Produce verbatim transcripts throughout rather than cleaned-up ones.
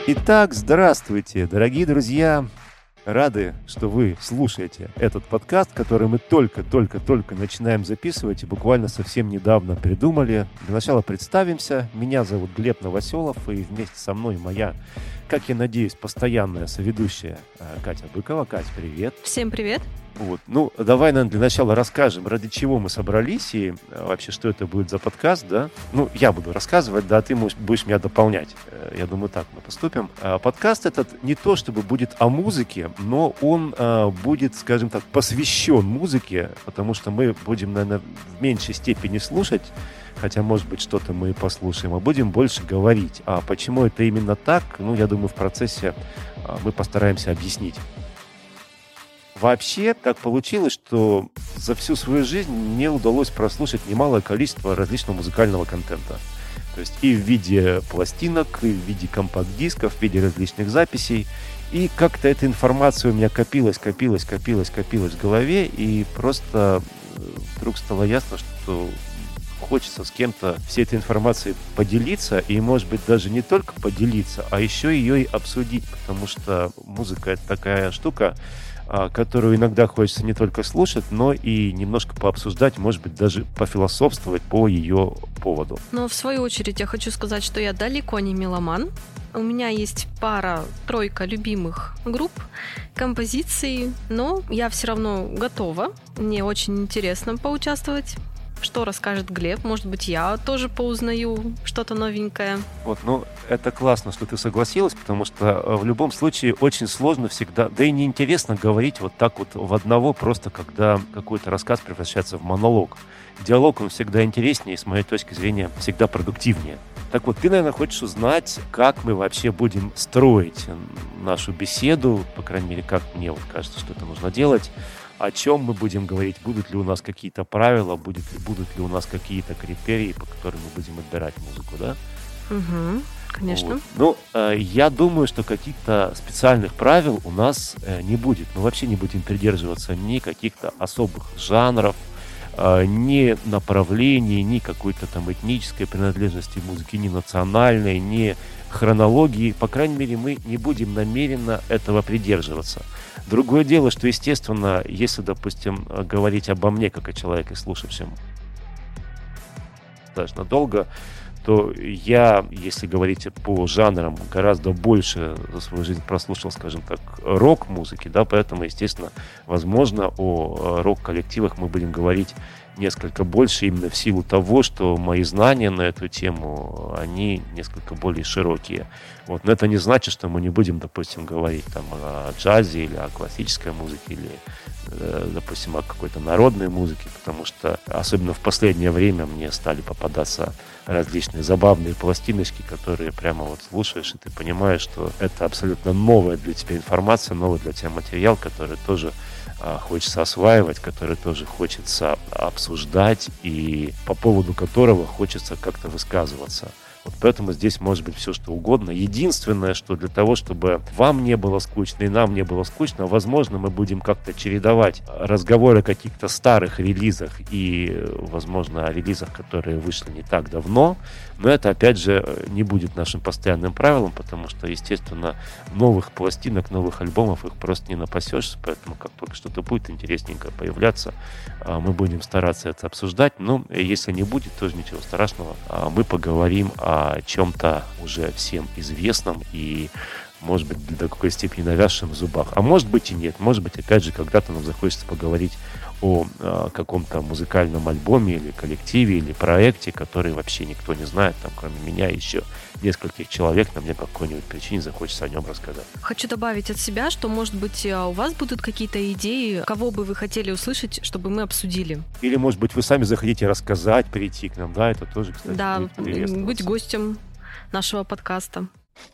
Итак, здравствуйте, дорогие друзья! Рады, что вы слушаете этот подкаст, который мы только-только-только начинаем записывать и буквально совсем недавно придумали. Для начала представимся. Меня зовут Глеб Новоселов, и вместе со мной моя, как я надеюсь, постоянная соведущая Катя Быкова. Кать, привет! Всем привет! Вот. Ну, давай, наверное, для начала расскажем, ради чего мы собрались и вообще, что это будет за подкаст, да? Ну, я буду рассказывать, да, ты будешь меня дополнять. Я думаю, так мы поступим. Подкаст этот не то, чтобы будет о музыке, но он будет, скажем так, посвящен музыке, потому что мы будем, наверное, в меньшей степени слушать, хотя, может быть, что-то мы и послушаем, а будем больше говорить. А почему это именно так, ну, я думаю, в процессе мы постараемся объяснить. Вообще так получилось, что за всю свою жизнь мне удалось прослушать немалое количество различного музыкального контента. То есть и в виде пластинок, и в виде компакт-дисков, в виде различных записей. И как-то эта информация у меня копилась, копилась, копилась, копилась в голове. И просто вдруг стало ясно, что хочется с кем-то всей этой информацией поделиться. И, может быть, даже не только поделиться, а еще ее и обсудить. Потому что музыка — это такая штука, которую иногда хочется не только слушать, но и немножко пообсуждать, может быть, даже пофилософствовать по ее поводу. Но в свою очередь я хочу сказать, что я далеко не меломан. У меня есть пара-тройка любимых групп, композиций, но я все равно готова. Мне очень интересно поучаствовать. Что расскажет Глеб? Может быть, я тоже поузнаю что-то новенькое. Вот, ну, это классно, что ты согласилась, потому что в любом случае очень сложно всегда, да и неинтересно говорить вот так вот в одного, просто когда какой-то рассказ превращается в монолог. Диалог, он всегда интереснее и, с моей точки зрения, всегда продуктивнее. Так вот, ты, наверное, хочешь узнать, как мы вообще будем строить нашу беседу, по крайней мере, как мне вот кажется, что это нужно делать. О чем мы будем говорить, будут ли у нас какие-то правила, будет ли, будут ли у нас какие-то критерии, по которым мы будем отбирать музыку, да? Угу, конечно. Вот. Ну, э, я думаю, что каких-то специальных правил у нас э, не будет. Мы вообще не будем придерживаться ни каких-то особых жанров, э, ни направлений, ни какой-то там этнической принадлежности музыки, ни национальной, ни хронологии. По крайней мере, мы не будем намеренно этого придерживаться. Другое дело, что, естественно, если, допустим, говорить обо мне, как о человеке, слушавшем достаточно долго, то я, если говорить по жанрам, гораздо больше за свою жизнь прослушал, скажем так, рок-музыки, да, поэтому, естественно, возможно, о рок-коллективах мы будем говорить несколько больше именно в силу того, что мои знания на эту тему, они несколько более широкие. Вот. Но это не значит, что мы не будем, допустим, говорить там о джазе или о классической музыке, или, допустим, о какой-то народной музыке, потому что, особенно в последнее время, мне стали попадаться различные забавные пластиночки, которые прямо вот слушаешь, и ты понимаешь, что это абсолютно новая для тебя информация, новый для тебя материал, который тоже хочется осваивать, который тоже хочется обсуждать и по поводу которого хочется как-то высказываться. Вот поэтому здесь может быть все, что угодно. Единственное, что для того, чтобы вам не было скучно и нам не было скучно, возможно, мы будем как-то чередовать разговоры о каких-то старых релизах и, возможно, о релизах, которые вышли не так давно. Но это, опять же, не будет нашим постоянным правилом, потому что, естественно, новых пластинок, новых альбомов их просто не напасешься. Поэтому, как только что-то будет интересненькое появляться, мы будем стараться это обсуждать. Но если не будет, тоже ничего страшного. Мы поговорим о о чем-то уже всем известном и, может быть, до какой степени навязшем в зубах. А может быть и нет. Может быть, опять же, когда-то нам захочется поговорить о, о каком-то музыкальном альбоме или коллективе, или проекте, который вообще никто не знает, там, кроме меня и еще нескольких человек, но мне по какой-нибудь причине захочется о нем рассказать. Хочу добавить от себя, что, может быть, у вас будут какие-то идеи, кого бы вы хотели услышать, чтобы мы обсудили. Или, может быть, вы сами захотите рассказать, прийти к нам, да, это тоже, кстати, да, будет интересно. Быть гостем нашего подкаста.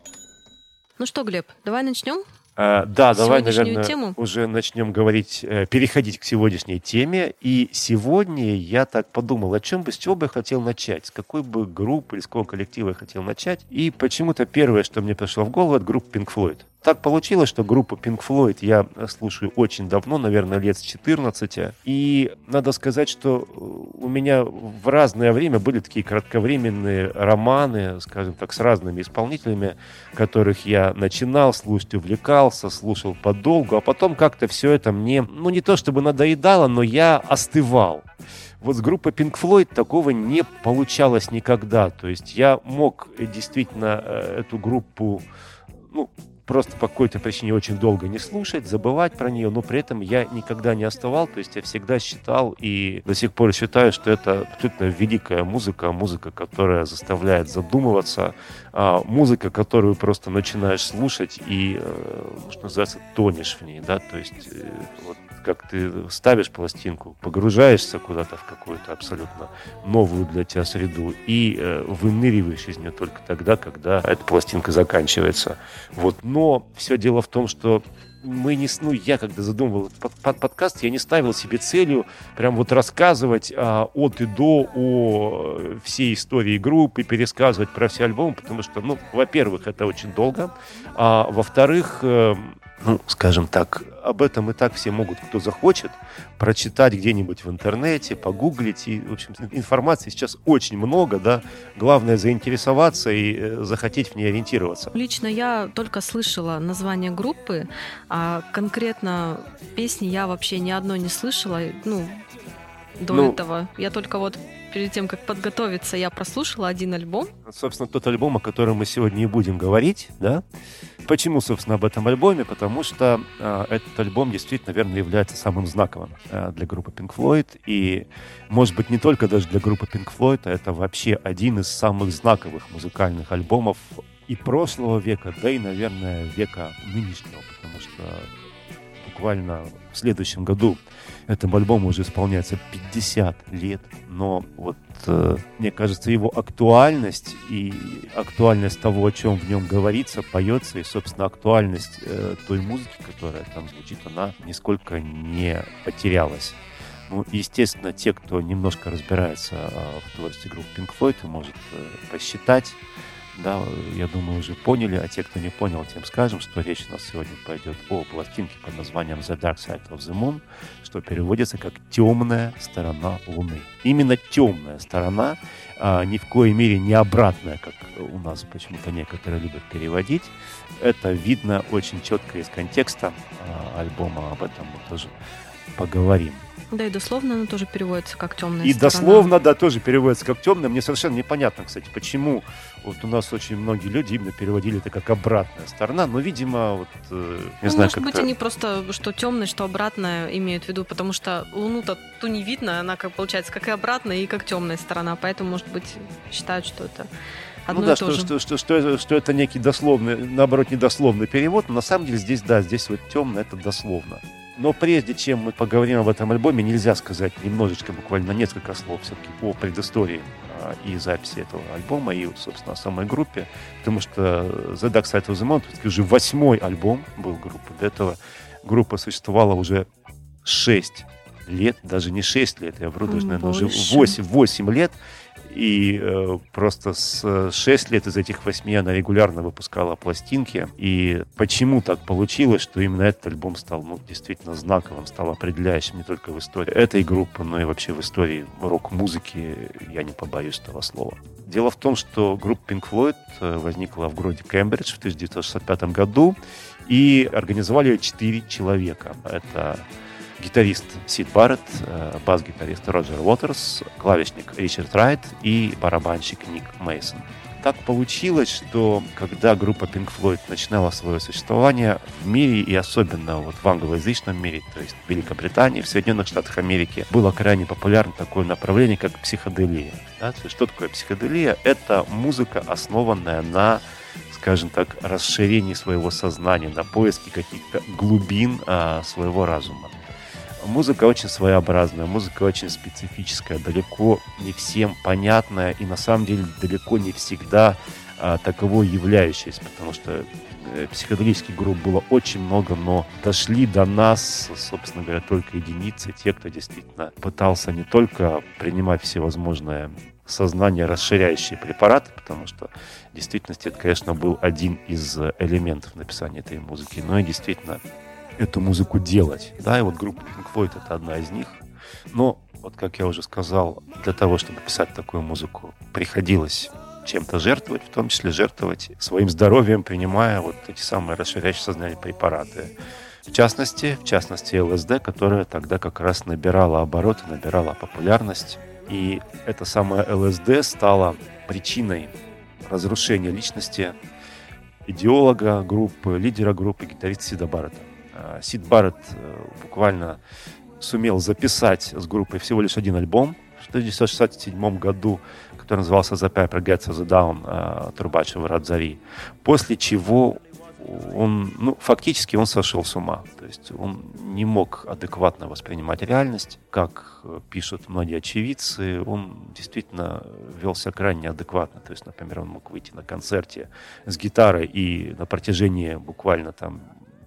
Ну что, Глеб, давай начнем? А, да, давай, наверное, тему? уже начнем говорить, переходить к сегодняшней теме. И сегодня я так подумал, о чем бы, с чего бы я хотел начать, с какой бы группы или с какого коллектива я хотел начать. И почему-то первое, что мне пришло в голову, это группа Pink Floyd. так получилось, что группу Pink Floyd я слушаю очень давно, наверное, лет с четырнадцати. И надо сказать, что у меня в разное время были такие кратковременные романы, скажем так, с разными исполнителями, которых я начинал слушать, увлекался, слушал подолгу, а потом как-то все это мне, ну не то чтобы надоедало, но я остывал. Вот с группой Pink Floyd такого не получалось никогда. То есть я мог действительно эту группу, ну, просто по какой-то причине очень долго не слушать, забывать про нее, но при этом я никогда не оставал, то есть я всегда считал и до сих пор считаю, что это абсолютно великая музыка, музыка, которая заставляет задумываться, музыка, которую просто начинаешь слушать и, что называется, тонешь в ней, да, то есть вот как ты ставишь пластинку, погружаешься куда-то в какую-то абсолютно новую для тебя среду и э, выныриваешь из нее только тогда, когда эта пластинка заканчивается. Вот. Но все дело в том, что мы не, ну, я когда задумывал под, под подкаст, я не ставил себе целью прям вот рассказывать а, от и до о всей истории группы, пересказывать про все альбомы, потому что, ну, во-первых, это очень долго, а во-вторых, э, ну, скажем так, об этом и так все могут, кто захочет, прочитать где-нибудь в интернете, погуглить. И, в общем, информации сейчас очень много, да. Главное заинтересоваться и захотеть в ней ориентироваться. Лично я только слышала название группы, а конкретно песни я вообще ни одной не слышала, ну, до ну, этого. Я только вот перед тем, как подготовиться, я прослушала один альбом. Собственно, тот альбом, о котором мы сегодня и будем говорить, да. Почему, собственно, об этом альбоме? Потому что э, этот альбом действительно, наверное, является самым знаковым э, для группы Pink Floyd. И, может быть, не только даже для группы Pink Floyd, а это вообще один из самых знаковых музыкальных альбомов и прошлого века, да и, наверное, века нынешнего, потому что буквально в следующем году этому альбому уже исполняется пятьдесят лет, но вот э, мне кажется, его актуальность и актуальность того, о чем в нем говорится, поется, и, собственно, актуальность э, той музыки, которая там звучит, она нисколько не потерялась. Ну, естественно, те, кто немножко разбирается э, в творчестве группы Pink Floyd, может э, посчитать, да, я думаю, уже поняли, а те, кто не понял, тем скажем, что речь у нас сегодня пойдет о пластинке под названием The Dark Side of the Moon, что переводится как «темная сторона Луны». Именно темная сторона, а ни в коей мере не обратная, как у нас почему-то некоторые любят переводить. Это видно очень четко из контекста а, альбома, об этом мы тоже поговорим. Да, и дословно оно тоже переводится как «темная и сторона». И дословно, да, тоже переводится как «темная». Мне совершенно непонятно, кстати, почему вот у нас очень многие люди именно переводили это как «обратная сторона». Но, видимо, вот, э, не ну, знаю, может быть, они просто, что темное, что обратное имеют в виду, потому что Луну-то ту не видно, она, как получается, как и обратная, и как темная сторона. Поэтому, может быть, считают, что это одно ну да, и то что, же. Что, что, что, что, что это некий дословный, наоборот, недословный перевод. Но на самом деле здесь, да, здесь вот «темное» — это дословно. Но прежде чем мы поговорим об этом альбоме, нельзя сказать немножечко, буквально несколько слов все-таки о предыстории а, и записи этого альбома, и, собственно, о самой группе. Потому что The Dark Side of the Moon, это уже восьмой альбом был группы. До этого группа существовала уже шесть лет, даже не шесть лет, я вру, даже, наверное, уже восемь лет. И э, просто с шесть лет из этих восьми она регулярно выпускала пластинки. И почему так получилось, что именно этот альбом стал, ну, действительно знаковым, стал определяющим не только в истории этой группы, но и вообще в истории рок-музыки, я не побоюсь этого слова. Дело в том, что группа Pink Floyd возникла в городе Кембридж в тысяча девятьсот шестьдесят пятом году, и организовали ее четыре человека. Это гитарист Сид Барретт, бас-гитарист Роджер Уотерс, клавишник Ричард Райт и барабанщик Ник Мейсон. Так получилось, что когда группа Pink Floyd начинала свое существование в мире, и особенно вот в англоязычном мире, то есть в Великобритании, в Соединенных Штатах Америки, было крайне популярно такое направление, как психоделия. Да? То есть что такое психоделия? Это музыка, основанная на, скажем так, расширении своего сознания, на поиске каких-то глубин а, своего разума. Музыка очень своеобразная, музыка очень специфическая, далеко не всем понятная и на самом деле далеко не всегда а, таковой являющаяся, потому что э, психоделических групп было очень много, но дошли до нас, собственно говоря, только единицы, те, кто действительно пытался не только принимать всевозможные сознание расширяющие препараты, потому что в действительности это, конечно, был один из элементов написания этой музыки, но и действительно эту музыку делать. Да, и вот группа Pink Floyd — это одна из них. Но, вот как я уже сказал, для того, чтобы писать такую музыку, приходилось чем-то жертвовать, в том числе жертвовать своим здоровьем, принимая вот эти самые расширяющие сознание препараты. В частности, в частности эл эс дэ, которая тогда как раз набирала обороты, набирала популярность. И это самое эл эс дэ стало причиной разрушения личности идеолога группы, лидера группы, гитариста Сида Барретта. Сид Барретт буквально сумел записать с группой всего лишь один альбом в тысяча девятьсот шестьдесят седьмом году, который назывался «The Piper Gets the Down», «Трубач Радзави», после чего он, ну, фактически он сошел с ума. То есть он не мог адекватно воспринимать реальность, как пишут многие очевидцы. Он действительно вел себя крайне неадекватно. То есть, например, он мог выйти на концерте с гитарой и на протяжении буквально там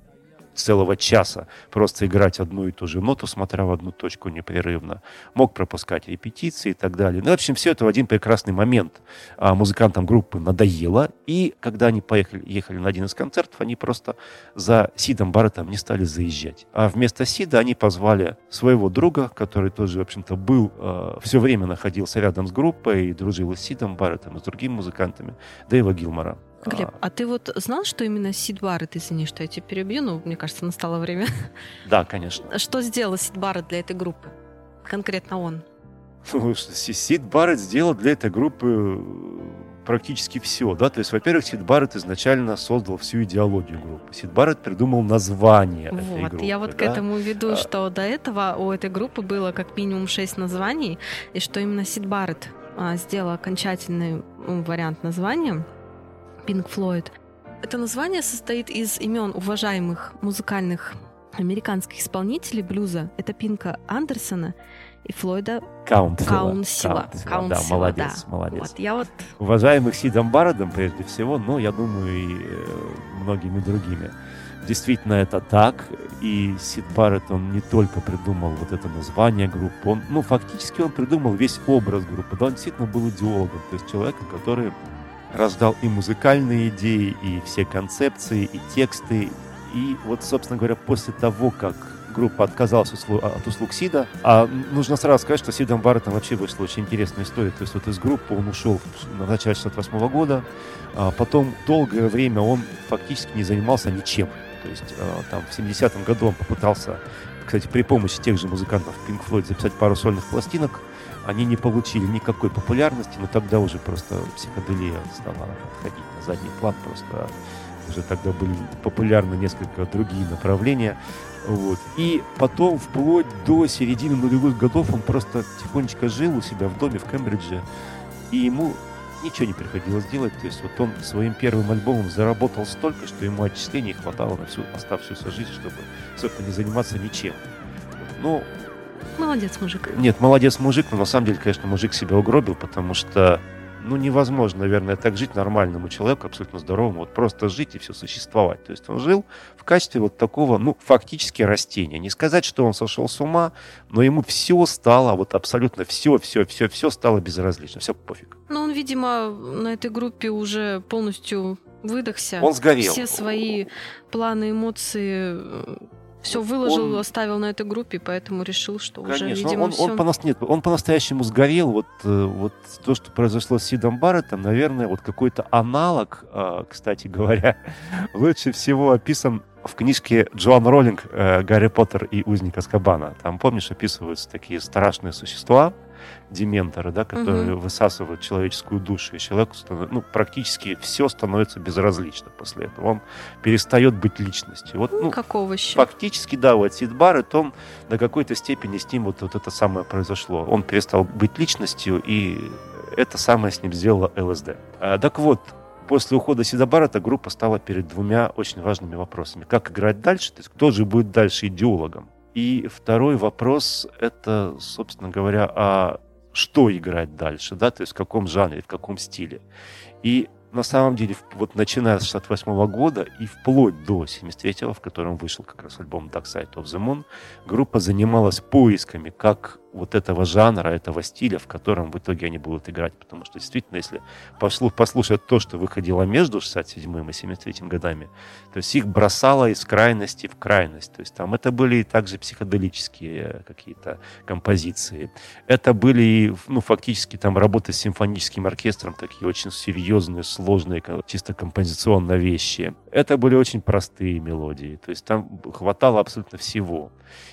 целого часа просто играть одну и ту же ноту, смотря в одну точку непрерывно. Мог пропускать репетиции и так далее. Ну, в общем, все это в один прекрасный момент а, музыкантам группы надоело. И когда они поехали, ехали на один из концертов, они просто за Сидом Барреттом не стали заезжать. А вместо Сида они позвали своего друга, который тоже, в общем-то, был, э, все время находился рядом с группой и дружил с Сидом Барреттом, и с другими музыкантами, Дэйва Гилмора. Глеб, а ты вот знал, что именно Сид Барретт, извини, что я тебя перебью, но мне кажется, настало время. Да, конечно. Что сделал Сид Барретт для этой группы? Конкретно он. Ну, Сид Барретт сделал для этой группы практически все, да, то есть, во-первых, Сид Барретт изначально создал всю идеологию группы. Сид Барретт придумал название вот, этой группы. Я вот да? к этому веду, а... что до этого у этой группы было как минимум шесть названий, и что именно Сид Барретт а, сделал окончательный ну, вариант названия Pink Floyd. Это название состоит из имен уважаемых музыкальных американских исполнителей блюза. Это Пинка Андерсона и Флойда Каунсила. Да, молодец, да. молодец. Вот, я вот... Уважаемых Сидом Барреттом прежде всего, но, я думаю, и э, многими другими. Действительно, это так. И Сид Барретт, он не только придумал вот это название группы, он, ну, фактически он придумал весь образ группы. Да, он действительно был идеологом, то есть человеком, который раздал и музыкальные идеи, и все концепции, и тексты. И вот, собственно говоря, после того, как группа отказалась от услуг Сида, а нужно сразу сказать, что с Сидом Барреттом вообще вышла очень интересная история. То есть вот из группы он ушел в начале шестьдесят восьмого года, а потом долгое время он фактически не занимался ничем. То есть там в семидесятом году он попытался, кстати, при помощи тех же музыкантов Pink Floyd записать пару сольных пластинок. Они не получили никакой популярности, но тогда уже просто психоделия стала отходить на задний план, просто уже тогда были популярны несколько другие направления. Вот. И потом, вплоть до середины нулевых годов, он просто тихонечко жил у себя в доме в Кембридже, и ему ничего не приходилось делать. То есть вот он своим первым альбомом заработал столько, что ему отчислений хватало на всю оставшуюся жизнь, чтобы, собственно, не заниматься ничем. Но молодец, мужик. Нет, молодец, мужик, но на самом деле, конечно, мужик себя угробил, потому что, ну, невозможно, наверное, так жить нормальному человеку, абсолютно здоровому, вот просто жить и все существовать. То есть он жил в качестве вот такого, ну, фактически растения. Не сказать, что он сошел с ума, но ему все стало, вот абсолютно все, все, все, все стало безразлично, все пофиг. Ну, он, видимо, на этой группе уже полностью выдохся. Он сгорел. Все свои планы, эмоции... Все выложил, он... оставил на этой группе, поэтому решил, что Конечно, уже, видимо, он, все... Он, по, нет, он по-настоящему сгорел. Вот, вот то, что произошло с Сидом Барреттом, наверное, вот какой-то аналог, кстати говоря, лучше всего описан в книжке Джоан Роллинг «Гарри Поттер и узник Азкабана». Там, помнишь, описываются такие страшные существа, дементоры, да, которые угу. высасывают человеческую душу, и человеку ну, практически все становится безразлично после этого. Он перестает быть личностью. Вот, ну, как овощи. Фактически, да, вот Сид Барретт, он до какой-то степени с ним вот, вот это самое произошло. Он перестал быть личностью, и это самое с ним сделало эл эс дэ. А, так вот, после ухода Сида Барретта группа стала перед двумя очень важными вопросами. Как играть дальше? То есть кто же будет дальше идеологом? И второй вопрос – это, собственно говоря, а что играть дальше, да, то есть в каком жанре, в каком стиле. И на самом деле, вот начиная с шестьдесят восьмого года и вплоть до семьдесят третьего, в котором вышел как раз альбом Dark Side of the Moon, группа занималась поисками, как вот этого жанра, этого стиля, в котором в итоге они будут играть. Потому что действительно, если послушать то, что выходило между шестьдесят седьмым и семьдесят третьим годами, то есть их бросало из крайности в крайность. То есть там это были также психоделические какие-то композиции. Это были, ну, фактически там работы с симфоническим оркестром, такие очень серьезные, сложные, чисто композиционные вещи. Это были очень простые мелодии. То есть там хватало абсолютно всего.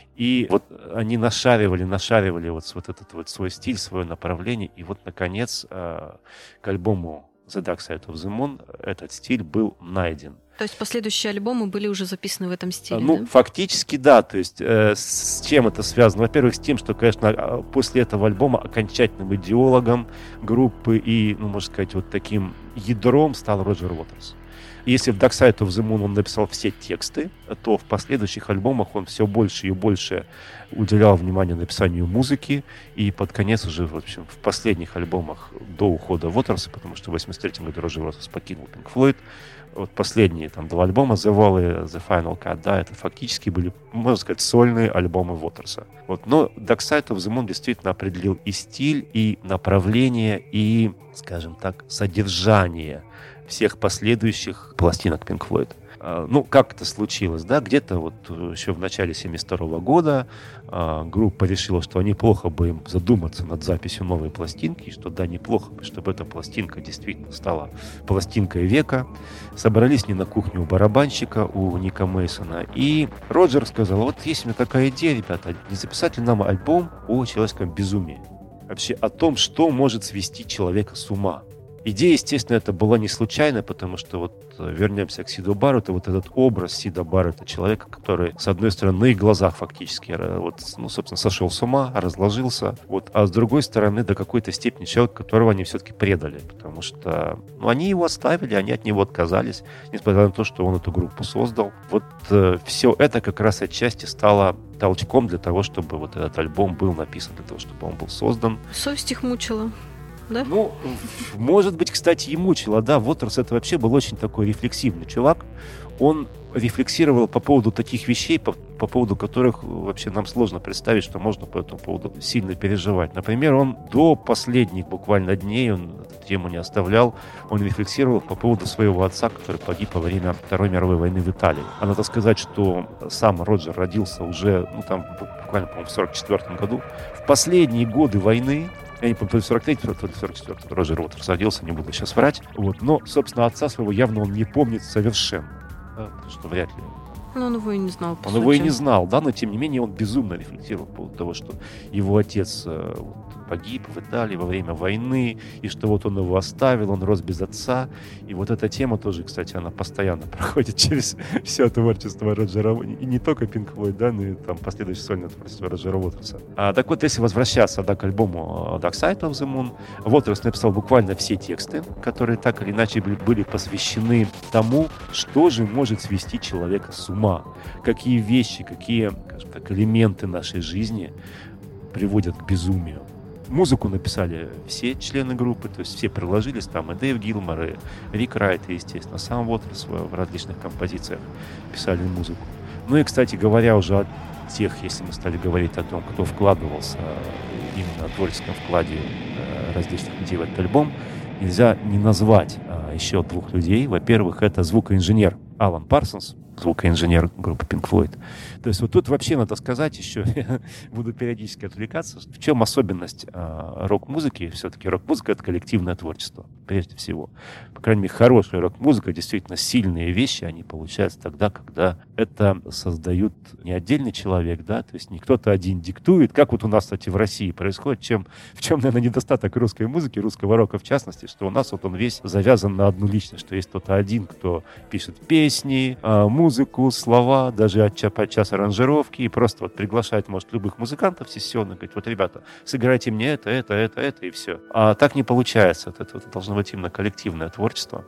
И вот они нашаривали, нашаривали вот, вот этот вот свой стиль, свое направление. И вот, наконец, к альбому The Dark Side of the Moon этот стиль был найден. То есть последующие альбомы были уже записаны в этом стиле, Ну, да? фактически, да. То есть э, с чем это связано? Во-первых, с тем, что, конечно, после этого альбома окончательным идеологом группы и, ну, можно сказать, вот таким ядром стал Роджер Уотерс. Если в Dark Side of the Moon он написал все тексты, то в последующих альбомах он все больше и больше уделял внимание написанию музыки. И под конец уже, в общем, в последних альбомах до ухода Уотерса, потому что в восемьдесят третьем году Роджер Уотерс покинул Pink Floyd, вот последние там два альбома, The Wall и The Final Cut, да, это фактически были, можно сказать, сольные альбомы Уотерса. Вот. Но Dark Side of the Moon действительно определил и стиль, и направление, и, скажем так, содержание всех последующих пластинок Pink Floyd. Ну, как это случилось, да, где-то вот еще в начале семьдесят второго года а, группа решила, что неплохо бы им задуматься над записью новой пластинки, и что да, неплохо бы, чтобы эта пластинка действительно стала пластинкой века. Собрались не на кухню у барабанщика, у Ника Мейсона, и Роджер сказал: вот есть у меня такая идея, ребята, не записать ли нам альбом о человеческом безумии? Вообще о том, что может свести человека с ума. Идея, естественно, это была не случайная, потому что вот вернемся к Сиду Барретту, вот этот образ Сида Барретта, человека, который, с одной стороны, на их глазах фактически, вот, ну, собственно, сошел с ума, разложился, вот, а с другой стороны, до какой-то степени человек, которого они все-таки предали, потому что, ну, они его оставили, они от него отказались, несмотря на то, что он эту группу создал. Вот э, все это как раз отчасти стало толчком для того, чтобы вот этот альбом был написан, для того, чтобы он был создан. Совесть их мучила. Да? Ну, может быть, кстати, и мучило, да. Уотерс это вообще был очень такой рефлексивный чувак. Он рефлексировал по поводу таких вещей, по, по поводу которых вообще нам сложно представить, что можно по этому поводу сильно переживать. Например, он до последних буквально дней, он эту тему не оставлял, он рефлексировал по поводу своего отца, который погиб во время Второй мировой войны в Италии. А надо сказать, что сам Роджер родился уже, ну, там, буквально, по-моему, в сорок четвёртом году. В последние годы войны, я не помню, то ли сорок третий, то ли сорок четвёртый Роджер Уотерс родился, не буду сейчас врать. Вот. Но, собственно, отца своего явно он не помнит совершенно. Да, потому что вряд ли. Но он его и не знал, по Он сути. его и не знал, да, но тем не менее он безумно рефлексировал по поводу того, что его отец вот, погиб в Италии во время войны, и что вот он его оставил, он рос без отца. И вот эта тема тоже, кстати, она постоянно проходит через все творчество Роджера, и не только Pink Floyd, да, но и там последующее сольное творчество Роджера Уотерса. А, так вот, если возвращаться, да, к альбому Dark Side of the Moon, Уотерс написал буквально все тексты, которые так или иначе были посвящены тому, что же может свести человека с ума, какие вещи, какие, скажем так, элементы нашей жизни приводят к безумию. Музыку написали все члены группы, то есть все приложились, там и Дэйв Гилмор, и Рик Райт, и, естественно, сам Уотерс в различных композициях писали музыку. Ну и, кстати говоря, уже о тех, если мы стали говорить о том, кто вкладывался именно в творческом вкладе различных людей в этот альбом, нельзя не назвать еще двух людей. Во-первых, это звукоинженер Алан Парсонс, звукоинженер группы Pink Floyd. То есть вот тут вообще надо сказать еще, я буду периодически отвлекаться, в чем особенность э, рок-музыки. Все-таки рок-музыка — это коллективное творчество, прежде всего. По крайней мере, хорошая рок-музыка, действительно сильные вещи, они получаются тогда, когда это создают не отдельный человек, да, то есть не кто-то один диктует, как вот у нас, кстати, в России происходит, чем, в чем, наверное, недостаток русской музыки, русского рока в частности, что у нас вот он весь завязан на одну личность, что есть кто-то один, кто пишет песни, э, музыку, слова, даже подчас аранжировки, и просто вот приглашает, может, любых музыкантов сессионных, говорит: вот, ребята, сыграйте мне это, это, это, это, и все. А так не получается. Это, это должно быть именно коллективное творчество.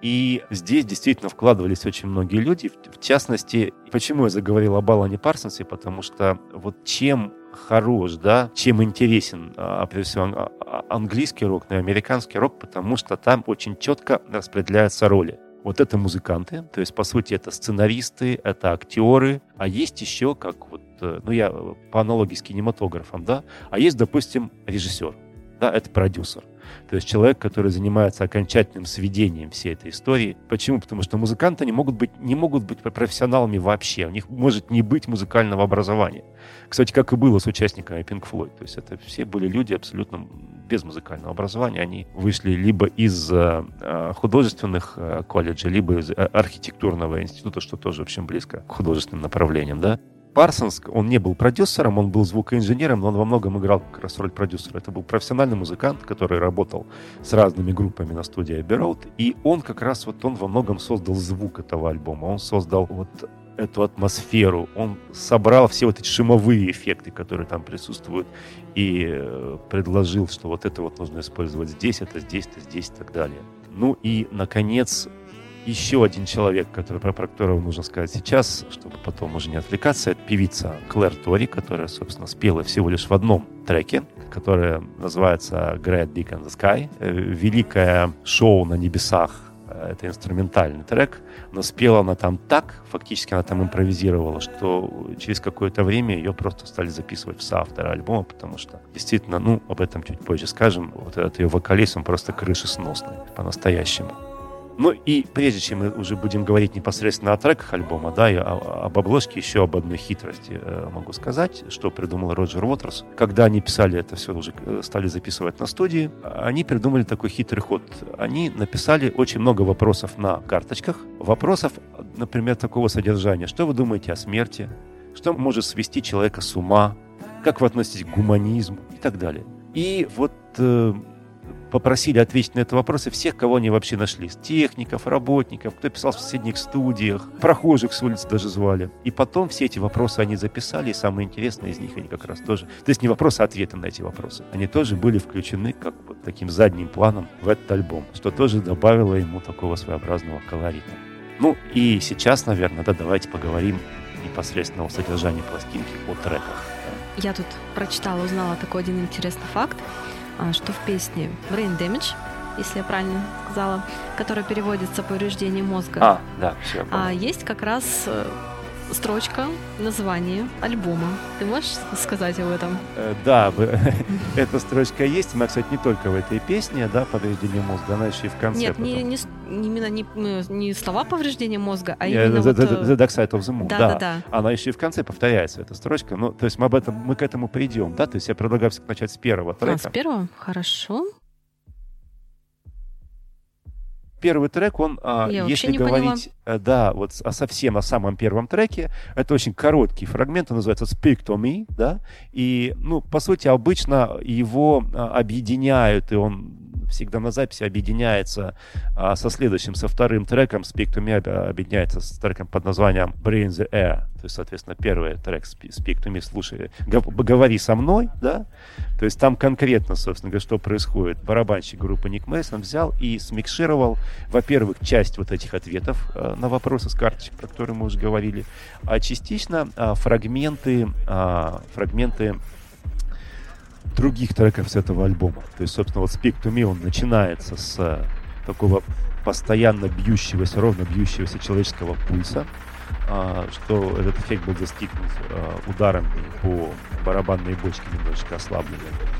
И здесь действительно вкладывались очень многие люди. В частности, почему я заговорил об Алане Парсонсе, потому что вот чем хорош, да, чем интересен, а, прежде всего, английский рок, но и американский рок, потому что там очень четко распределяются роли. Вот это музыканты, то есть, по сути, это сценаристы, это актеры, а есть еще, как вот ну, я по аналогии с кинематографом, да, а есть, допустим, режиссер, да, это продюсер. То есть человек, который занимается окончательным сведением всей этой истории. Почему? Потому что музыканты не могут быть, не могут быть профессионалами вообще. У них может не быть музыкального образования. Кстати, как и было с участниками Pink Floyd. То есть это все были люди абсолютно без музыкального образования. Они вышли либо из э, художественных э, колледжей, либо из архитектурного института, что тоже очень близко к художественным направлениям, да. Парсонс, он не был продюсером, он был звукоинженером, но он во многом играл как раз роль продюсера. Это был профессиональный музыкант, который работал с разными группами на студии Abbey Road, и он как раз вот он во многом создал звук этого альбома, он создал вот эту атмосферу, он собрал все вот эти шумовые эффекты, которые там присутствуют, и э, предложил, что вот это вот нужно использовать здесь, это здесь, это здесь и так далее. Ну и, наконец, еще один человек, который, про которого нужно сказать сейчас, чтобы потом уже не отвлекаться, это певица Клэр Тори, которая, собственно, спела всего лишь в одном треке, которое называется Great Big in the Sky. Великое шоу на небесах. Это инструментальный трек, но спела она там так, фактически она там импровизировала, что через какое-то время ее просто стали записывать в соавторы альбома, потому что действительно, ну, об этом чуть позже скажем, вот этот ее вокалист, он просто крышесносный по-настоящему. Ну и прежде чем мы уже будем говорить непосредственно о треках альбома, да, и о, об обложке, еще об одной хитрости э, могу сказать, что придумал Роджер Уотерс. Когда они писали это все, уже стали записывать на студии, они придумали такой хитрый ход. Они написали очень много вопросов на карточках. Вопросов, например, такого содержания. Что вы думаете о смерти? Что может свести человека с ума? Как вы относитесь к гуманизму? И так далее. И вот... Э, попросили ответить на эти вопросы всех, кого они вообще нашли. Техников, работников, кто писал в соседних студиях, прохожих с улицы даже звали. И потом все эти вопросы они записали, и самое интересное из них они как раз тоже... То есть не вопросы, а ответы на эти вопросы. Они тоже были включены как вот таким задним планом в этот альбом, что тоже добавило ему такого своеобразного колорита. Ну и сейчас, наверное, да, давайте поговорим непосредственно о содержании пластинки, о треках. Я тут прочитала, узнала такой один интересный факт, что в песне Brain Damage, если я правильно сказала, которая переводится «повреждение мозга», а, да, все, а есть как раз строчка названия альбома. Ты можешь сказать об этом? Э, да, эта строчка есть. Она, кстати, не только в этой песне, да, «Повреждение мозга», она еще и в конце. Нет, потом. не, не, именно не, не слова «повреждение мозга», а yeah, именно the, вот... the, the Dark Side of the Moon, да, да. да, да. Она еще и в конце повторяется, эта строчка. Ну, то есть мы об этом, мы к этому придем, да? То есть я предлагаю начать с первого трека. А, с первого? Хорошо. Первый трек, он, Я если говорить, поняла. да, вот о совсем о самом первом треке, это очень короткий фрагмент, он называется «Speak to me», да, и, ну, по сути, обычно его объединяют, и он всегда на записи объединяется а, со следующим, со вторым треком. «Speak to me» объединяется с треком под названием «Breathe in the Air». То есть, соответственно, первый трек «Speak to me», слушай, «Говори со мной», да, то есть там конкретно, собственно говоря, что происходит. Барабанщик группы Ник Мейсон взял и смикшировал, во-первых, часть вот этих ответов а, на вопросы с карточек, про которые мы уже говорили, а частично а, фрагменты, а, фрагменты других треков с этого альбома. То есть, собственно, вот «Speak to me», он начинается с такого постоянно бьющегося, ровно бьющегося человеческого пульса, что этот эффект был достигнут ударами по барабанной бочке, немножечко ослабленной.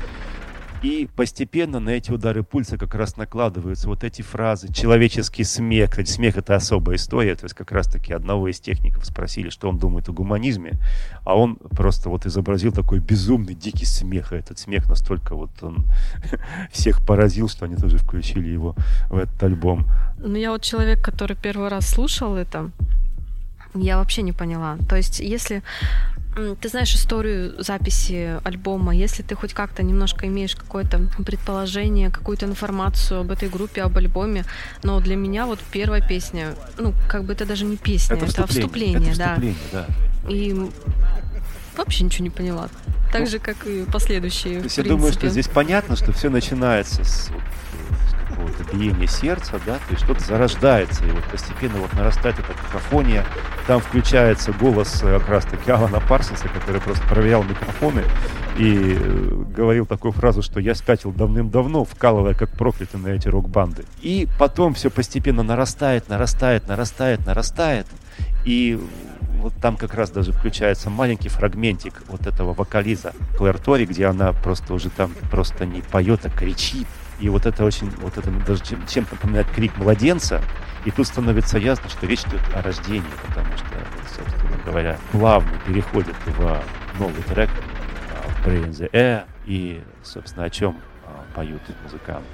И постепенно на эти удары пульса как раз накладываются вот эти фразы. Человеческий смех. Кстати, смех — это особая история. То есть как раз-таки одного из техников спросили, что он думает о гуманизме, а он просто вот изобразил такой безумный, дикий смех. И этот смех настолько вот он всех поразил, что они тоже включили его в этот альбом. Ну, я вот человек, который первый раз слушал это, я вообще не поняла. То есть если... Ты знаешь историю записи альбома, если ты хоть как-то немножко имеешь какое-то предположение, какую-то информацию об этой группе, об альбоме, но для меня вот первая песня, ну, как бы это даже не песня, это, это вступление, это да. вступление, да. И вообще ничего не поняла. Так ну, же, как и последующие, то есть в я принципе. думаю, что здесь понятно, что все начинается с, вот, с какого-то биения сердца, да, то есть что-то зарождается, и вот постепенно вот нарастает эта какофония. Там включается голос как раз-таки Алана Парсонса, который просто проверял микрофоны и говорил такую фразу, что я спятил давным-давно, вкалывая как проклятый на эти рок-банды. И потом все постепенно нарастает, нарастает, нарастает, нарастает. И вот там как раз даже включается маленький фрагментик вот этого вокализа Клэр Тори, где она просто уже там просто не поет, а кричит. И вот это очень, вот это даже чем, чем-то напоминает крик младенца. И тут становится ясно, что речь идет о рождении, потому что, собственно говоря, плавно переходит в новый трек Breathe in the Air. И, собственно, о чем поют музыканты.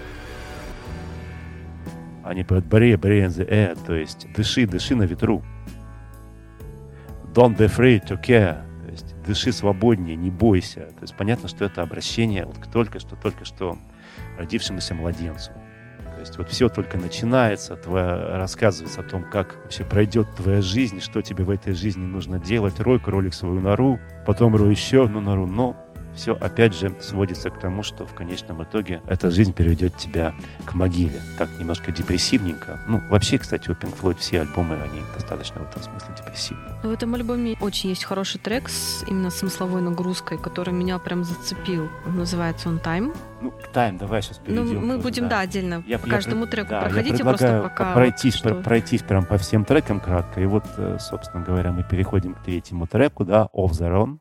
Они поют breathe, breathe in the air, то есть дыши, дыши на ветру. Don't be afraid to care, то есть дыши свободнее, не бойся. То есть понятно, что это обращение вот к только что, только что родившемуся младенцу. То есть вот все только начинается, твоя, рассказывается о том, как вообще пройдет твоя жизнь, что тебе в этой жизни нужно делать. Рой кролик свою нору, потом рой еще одну нору, но все опять же сводится к тому, что в конечном итоге эта жизнь приведет тебя к могиле. Так немножко депрессивненько. Ну, вообще, кстати, у Pink Floyd все альбомы, они достаточно в этом смысле депрессивные. В этом альбоме очень есть хороший трек с именно смысловой нагрузкой, который меня прям зацепил. Называется он «Time». Ну, «Time», давай сейчас перейдем. Ну, мы тоже, будем, да, да отдельно я, по я, каждому треку да, проходите просто пока... пройтись, вот, что... пройтись прям по всем трекам кратко. И вот, собственно говоря, мы переходим к третьему треку, да, «Off the Run».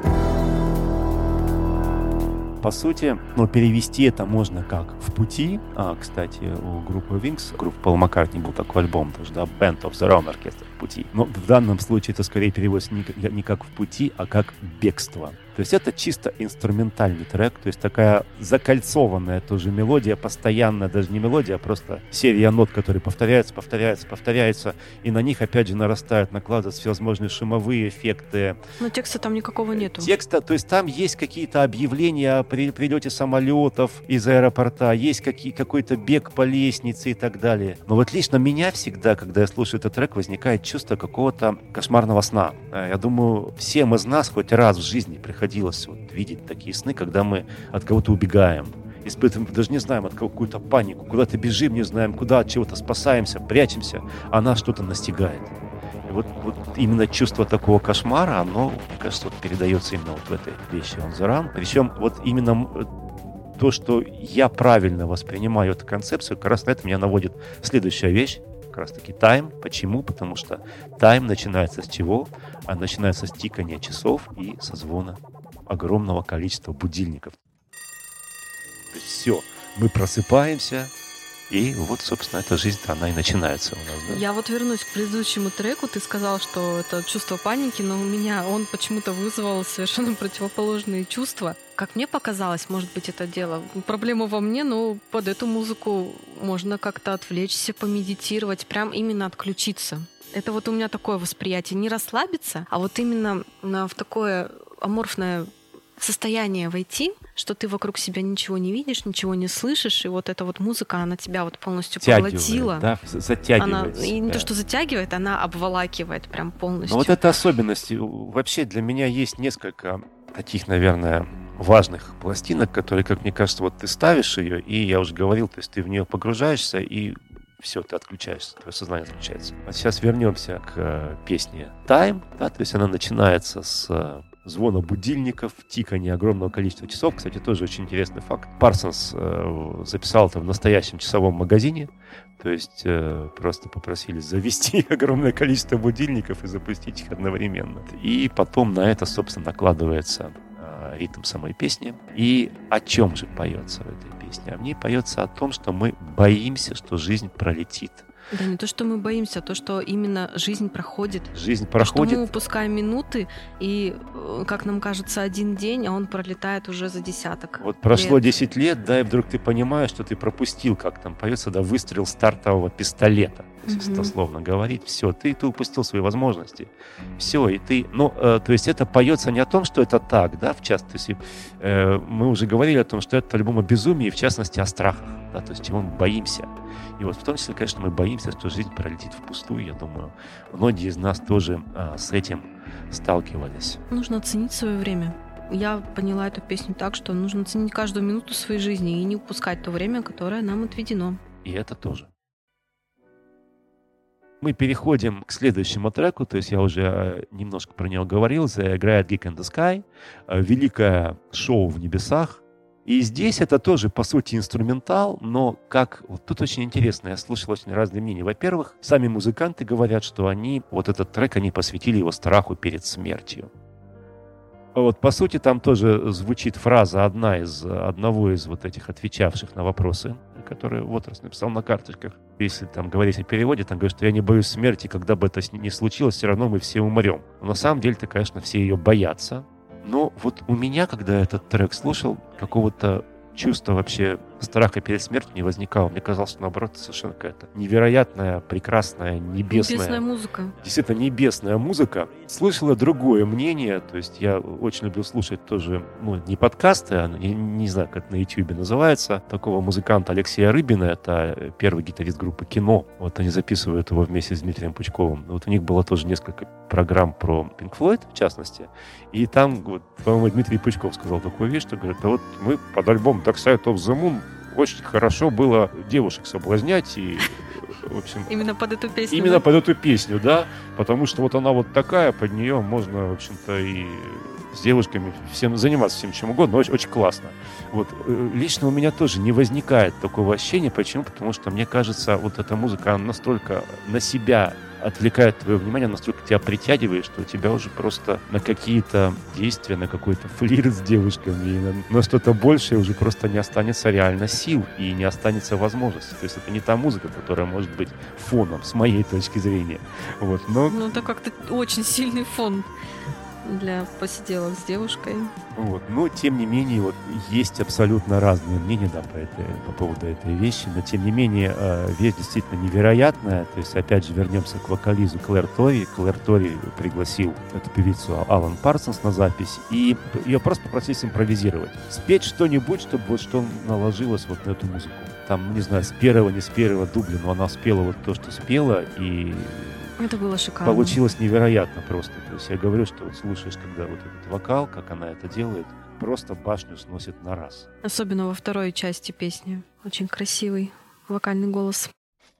По сути, ну, перевести это можно как «В пути». А, кстати, у группы Wings, группы Пол Маккартни был такой альбом тоже, да, «Band of the Run», оркестр «В пути». Но в данном случае это скорее переводится не, не как «В пути», а как «Бегство». То есть это чисто инструментальный трек, то есть такая закольцованная тоже мелодия, постоянная, даже не мелодия, а просто серия нот, которые повторяются, повторяются, повторяются, и на них опять же нарастают, накладываются всевозможные шумовые эффекты. Но текста там никакого нету. Текста, то есть там есть какие-то объявления о при, прилете самолетов из аэропорта, есть какие, какой-то бег по лестнице и так далее. Но вот лично меня всегда, когда я слушаю этот трек, возникает чувство какого-то кошмарного сна. Я думаю, всем из нас хоть раз в жизни приходилось вот видеть такие сны, когда мы от кого-то убегаем, испытываем, даже не знаем, от какую-то панику, куда-то бежим, не знаем, куда, от чего-то спасаемся, прячемся, а нас что-то настигает. И вот, вот именно чувство такого кошмара, оно, мне кажется, вот передается именно вот в этой вещи On The Run. Причем вот именно то, что я правильно воспринимаю эту концепцию, как раз на это меня наводит следующая вещь, как раз таки «Time». Почему? Потому что «Time» начинается с чего? А начинается с тикания часов и со звона огромного количества будильников. То есть все, мы просыпаемся, и вот, собственно, эта жизнь-то она и начинается у нас. Да? Я вот вернусь к предыдущему треку. Ты сказал, что это чувство паники, но у меня он почему-то вызвал совершенно противоположные чувства. Как мне показалось, может быть, это дело. Проблема во мне, но под эту музыку можно как-то отвлечься, помедитировать, прям именно отключиться. Это вот у меня такое восприятие. Не расслабиться, а вот именно в такое аморфное состояние войти, что ты вокруг себя ничего не видишь, ничего не слышишь, и вот эта вот музыка, она тебя вот полностью поглотила. Да, затягивает. Она, и не то, что затягивает, она обволакивает прям полностью. Но вот эта особенность. Вообще для меня есть несколько таких, наверное, важных пластинок, которые, как мне кажется, вот ты ставишь ее, и я уже говорил, то есть ты в нее погружаешься, и все, ты отключаешься, твое сознание отключается. А сейчас вернемся к э, песне «Time», да, то есть она начинается с э, звона будильников, тикания огромного количества часов. Кстати, тоже очень интересный факт. Парсонс э, записал это в настоящем часовом магазине, то есть э, просто попросили завести огромное количество будильников и запустить их одновременно. И потом на это, собственно, накладывается э, ритм самой песни. И о чем же поется в этой песне? А в ней поется о том, что мы боимся, что жизнь пролетит. Да не то, что мы боимся, а то, что именно жизнь проходит. Жизнь проходит. Что мы упускаем минуты, и, как нам кажется, один день, а он пролетает уже за десяток. Вот прошло лет. десять лет, да, и вдруг ты понимаешь, что ты пропустил, как там поется, да, выстрел стартового пистолета. Если Мгм. дословно говорить, все, ты, ты упустил свои возможности. Все, и ты, ну, э, то есть это поется не о том, что это так, да, в частности, э, мы уже говорили о том, что это альбом о безумии, в частности, о страхах, да, то есть чего мы боимся. И вот в том числе, конечно, мы боимся, что жизнь пролетит впустую, я думаю, многие из нас тоже а, с этим сталкивались. Нужно ценить свое время. Я поняла эту песню так, что нужно ценить каждую минуту своей жизни и не упускать то время, которое нам отведено. И это тоже. Мы переходим к следующему треку, то есть я уже э, немножко про него говорил, The Great Gig in the Sky, э, великое шоу в небесах, И здесь это тоже, по сути, инструментал, но как... Вот тут очень интересно, я слышал очень разные мнения. Во-первых, сами музыканты говорят, что они, вот этот трек, они посвятили его страху перед смертью. Вот, по сути, там тоже звучит фраза одна из, одного из вот этих отвечавших на вопросы, которые Уотерс написал на карточках. Если там говорить о переводе, там говорят, что я не боюсь смерти, когда бы это не случилось, все равно мы все умрем. Но на самом деле-то, конечно, все ее боятся. Но вот у меня, когда я этот трек слушал, какого-то чувства вообще страха перед смертью не возникало. Мне казалось, что наоборот, совершенно какая-то невероятная, прекрасная, небесная... Небесная музыка. Действительно, небесная музыка. Слышала другое мнение, то есть я очень люблю слушать тоже, ну, не подкасты, а не, не знаю, как это на Ютьюбе называется, такого музыканта Алексея Рыбина, это первый гитарист группы «Кино». Вот они записывают его вместе с Дмитрием Пучковым. Вот у них было тоже несколько программ про Pink Floyd, в частности, и там, вот, по-моему, Дмитрий Пучков сказал такую вещь, что говорит, да вот мы под альбом Dark Side of the Moon очень хорошо было девушек соблазнять, и, в общем... Именно под эту песню. Именно да? под эту песню, да, потому что вот она вот такая, под нее можно, в общем-то, и с девушками всем заниматься всем чем угодно, очень, очень классно. Вот, лично у меня тоже не возникает такого ощущения, почему? Потому что, мне кажется, вот эта музыка, она настолько на себя отвлекает твое внимание, настолько тебя притягивает, что у тебя уже просто на какие-то действия, на какой-то флирт с девушками, и на, на что-то большее уже просто не останется реально сил и не останется возможности. То есть это не та музыка, которая может быть фоном, с моей точки зрения. Вот, но... Ну, это как-то очень сильный фон для посиделок с девушкой. Вот. Но, тем не менее, вот, есть абсолютно разные мнения, да, по, этой, по поводу этой вещи, но, тем не менее, э, вещь действительно невероятная. То есть, опять же, вернемся к вокализу Клэр Тори. Клэр Тори пригласил эту певицу Алан Парсонс на запись, и ее просто попросили импровизировать. Спеть что-нибудь, чтобы вот что наложилось вот на эту музыку. Там, не знаю, с первого, не с первого дубля, но она спела вот то, что спела, и... Это было шикарно. Получилось невероятно просто. То есть я говорю, что вот слушаешь, когда вот этот вокал, как она это делает, просто башню сносит на раз. Особенно во второй части песни. Очень красивый вокальный голос.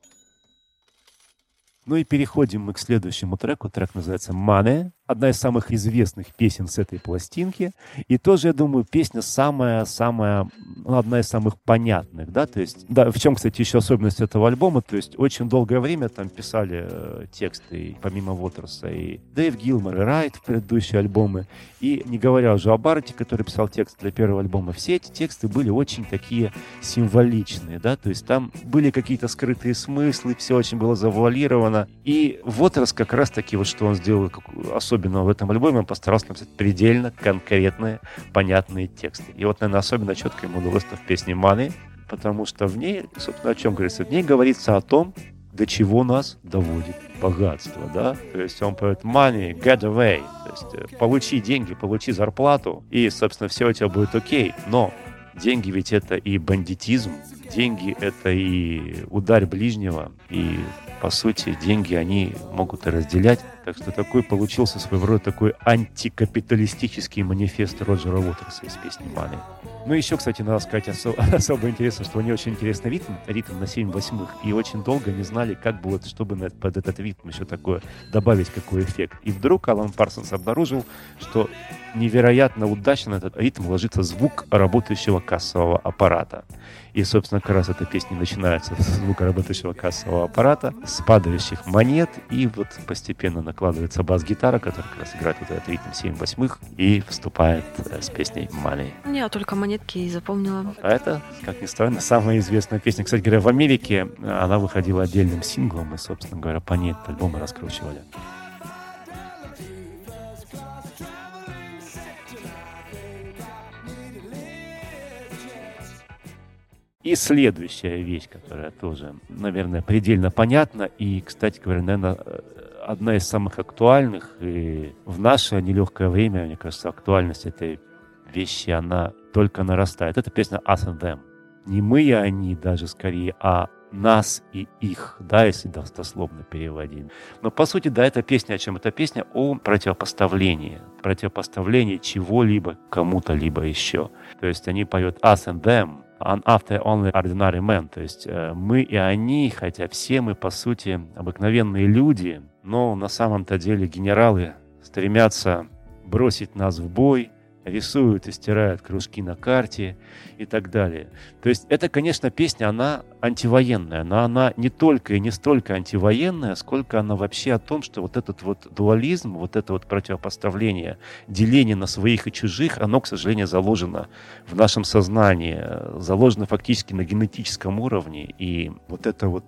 Ну и переходим мы к следующему треку. Трек называется «Money». Одна из самых известных песен с этой пластинки. И тоже, я думаю, песня самая-самая, ну, одна из самых понятных, да, то есть, да, в чем, кстати, еще особенность этого альбома, то есть очень долгое время там писали э, тексты, помимо Уотерса, и Дэйв Гилмор, и Райт в предыдущие альбомы, и не говоря уже о Барретте, который писал текст для первого альбома, все эти тексты были очень такие символичные, да, то есть там были какие-то скрытые смыслы, все очень было завуалировано, и Уотерс как раз-таки, вот что он сделал особенно в этом альбоме, он постарался написать предельно конкретные, понятные тексты. И вот, наверное, особенно четко ему удалось в песне «Money», потому что в ней, собственно, о чем говорится? В ней говорится о том, до чего нас доводит богатство, да? То есть он поет «Money, get away», то есть получи деньги, получи зарплату, и, собственно, все у тебя будет окей. Но деньги ведь это и бандитизм, деньги это и ударь ближнего, и по сути, деньги, они могут и разделять. Так что такой получился своего рода такой антикапиталистический манифест Роджера Уотерса из песни «Money». Ну, еще, кстати, надо сказать осо- особо интересно, что у нее очень интересный ритм, ритм на семь восьмых, и очень долго не знали, как бы вот, чтобы на, под этот ритм еще такое добавить, какой эффект. И вдруг Алан Парсонс обнаружил, что невероятно удачно на этот ритм ложится звук работающего кассового аппарата. И, собственно, как раз эта песня начинается с звука работающего кассового аппарата, с падающих монет, и вот постепенно накладывается бас-гитара, которая как раз играет вот этот ритм семь восьмых, и вступает с песней «Money». Я только монетки и запомнила. А это, как ни странно, самая известная песня. Кстати говоря, в Америке она выходила отдельным синглом, и, собственно говоря, по ней этот альбом раскручивали. И следующая вещь, которая тоже, наверное, предельно понятна, и, кстати говоря, наверное, одна из самых актуальных, и в наше нелегкое время, мне кажется, актуальность этой вещи, она только нарастает. Это песня «Us and Them». Не мы и они даже скорее, а нас и их, да, если дословно переводить. Но, по сути, да, эта песня о чем? Это песня о противопоставлении. Противопоставлении чего-либо кому-то либо еще. То есть они поют «Us and Them», «And after only ordinary men», то есть э, мы и они, хотя все мы, по сути, обыкновенные люди, но на самом-то деле генералы стремятся бросить нас в бой, рисуют и стирают кружки на карте и так далее. То есть это, конечно, песня, она антивоенная, но она не только и не столько антивоенная, сколько она вообще о том, что вот этот вот дуализм, вот это вот противопоставление, деление на своих и чужих, оно, к сожалению, заложено в нашем сознании, заложено фактически на генетическом уровне, и вот это вот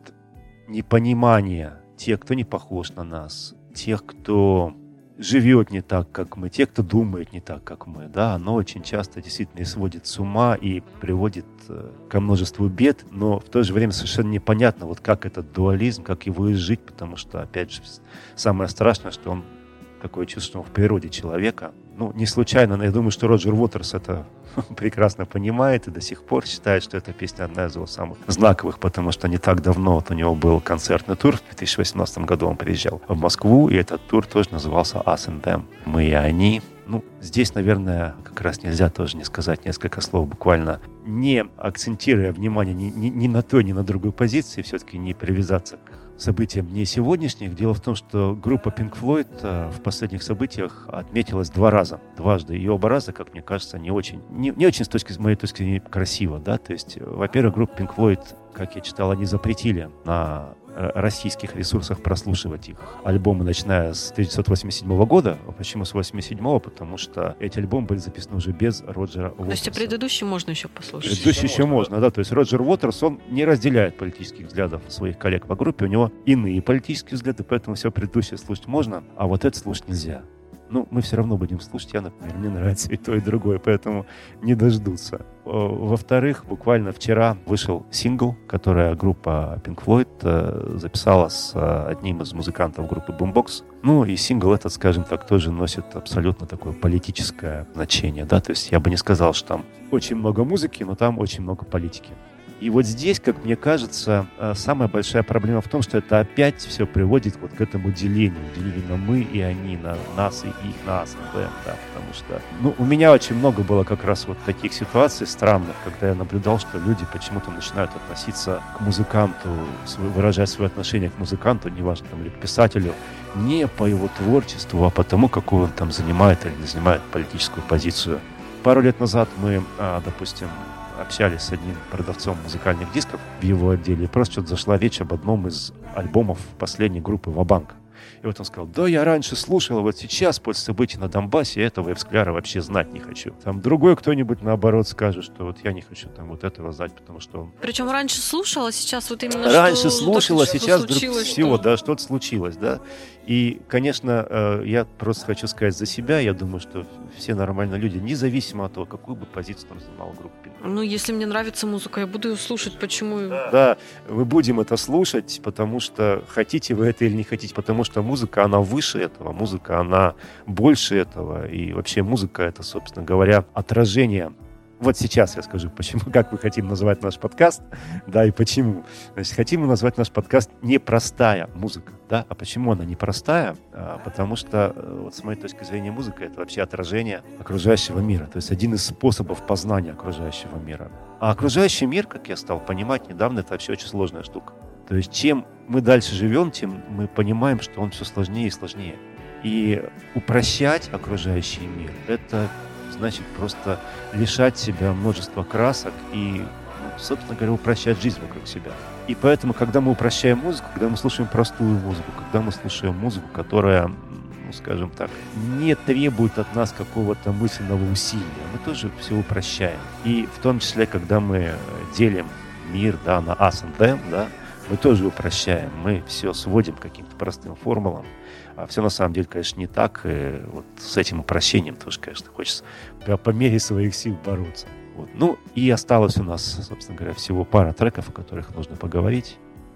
непонимание тех, кто не похож на нас, тех, кто живет не так, как мы, тех, кто думает не так, как мы, да, оно очень часто действительно и сводит с ума и приводит э, ко множеству бед, но в то же время совершенно непонятно, вот как этот дуализм, как его изжить, потому что, опять же, самое страшное, что он такое чувство в природе человека. Ну, не случайно, но я думаю, что Роджер Уотерс это прекрасно понимает и до сих пор считает, что эта песня одна из его самых знаковых, потому что не так давно вот у него был концертный тур. В две тысячи восемнадцатом году он приезжал в Москву, и этот тур тоже назывался Us and Them. Мы и они. Ну, здесь, наверное, как раз нельзя тоже не сказать несколько слов, буквально не акцентируя внимание ни, ни, ни на той, ни на другой позиции, все-таки не привязаться к событиям не сегодняшних. Дело в том, что группа Pink Floyd э, в последних событиях отметилась два раза, дважды. И оба раза, как мне кажется, не очень, не, не очень с точки, с моей точки зрения, красиво, да. То есть, во-первых, группа Pink Floyd, как я читал, они запретили на российских ресурсах прослушивать их альбомы, начиная с тысяча девятьсот восемьдесят седьмого года. А почему с восемьдесят седьмого? Потому что эти альбомы были записаны уже без Роджера Уотерса. То есть, а предыдущий можно еще послушать? Предыдущий еще можно, да. То есть Роджер Уотерс, он не разделяет политических взглядов своих коллег по группе. У него иные политические взгляды, поэтому все предыдущее слушать можно, а вот это слушать нельзя. Ну, мы все равно будем слушать. Я, например, мне нравится и то, и другое, поэтому не дождутся. Во-вторых, буквально вчера вышел сингл, который группа Pink Floyd записала с одним из музыкантов группы Boombox. Ну, и сингл этот, скажем так, тоже носит абсолютно такое политическое значение, да, то есть я бы не сказал, что там очень много музыки, но там очень много политики. И вот здесь, как мне кажется, самая большая проблема в том, что это опять все приводит вот к этому делению. Делению на мы и они, на нас и их, на us and them, да, потому что, ну, у меня очень много было как раз вот таких ситуаций странных, когда я наблюдал, что люди почему-то начинают относиться к музыканту, выражать свое отношение к музыканту, неважно, там, или к писателю, не по его творчеству, а по тому, какую он там занимает или не занимает политическую позицию. Пару лет назад мы, допустим, общались с одним продавцом музыкальных дисков в его отделе, и просто что-то зашла речь об одном из альбомов последней группы Ва-Банк. И вот он сказал: да, я раньше слушал, а вот сейчас, после событий на Донбассе, этого Эвскляра вообще знать не хочу. Там другой кто-нибудь, наоборот, скажет, что вот я не хочу там вот этого знать, потому что он... Причем раньше слушал, а сейчас вот именно раньше что... слушал, а сейчас вдруг случилось, всего, что... да, что-то случилось, да. И, конечно, я просто хочу сказать за себя, я думаю, что все нормальные люди, независимо от того, какую бы позицию там занимала группа Pink Floyd. Ну, если мне нравится музыка, я буду ее слушать, почему... Да, да, мы будем это слушать, потому что хотите вы это или не хотите, потому что музыка, она выше этого, музыка, она больше этого, и вообще музыка — это, собственно говоря, отражение. Вот сейчас я скажу, почему, как мы хотим назвать наш подкаст, да, и почему. Значит, хотим мы назвать наш подкаст «Непростая музыка», да, а почему она непростая? А, потому что, вот с моей точки зрения, музыка — это вообще отражение окружающего мира, то есть один из способов познания окружающего мира. А окружающий мир, как я стал понимать недавно, это вообще очень сложная штука. То есть чем мы дальше живем, тем мы понимаем, что он все сложнее и сложнее. И упрощать окружающий мир — это значит просто лишать себя множества красок и, собственно говоря, упрощать жизнь вокруг себя. И поэтому, когда мы упрощаем музыку, когда мы слушаем простую музыку, когда мы слушаем музыку, которая, ну, скажем так, не требует от нас какого-то мысленного усилия, мы тоже все упрощаем. И в том числе, когда мы делим мир, да, на us and them, да, мы тоже упрощаем, мы все сводим к каким-то простым формулам. А все на самом деле, конечно, не так. И вот с этим упрощением тоже, конечно, хочется по мере своих сил бороться. Вот. Ну, и осталось у нас, собственно говоря, всего пара треков, о которых нужно поговорить.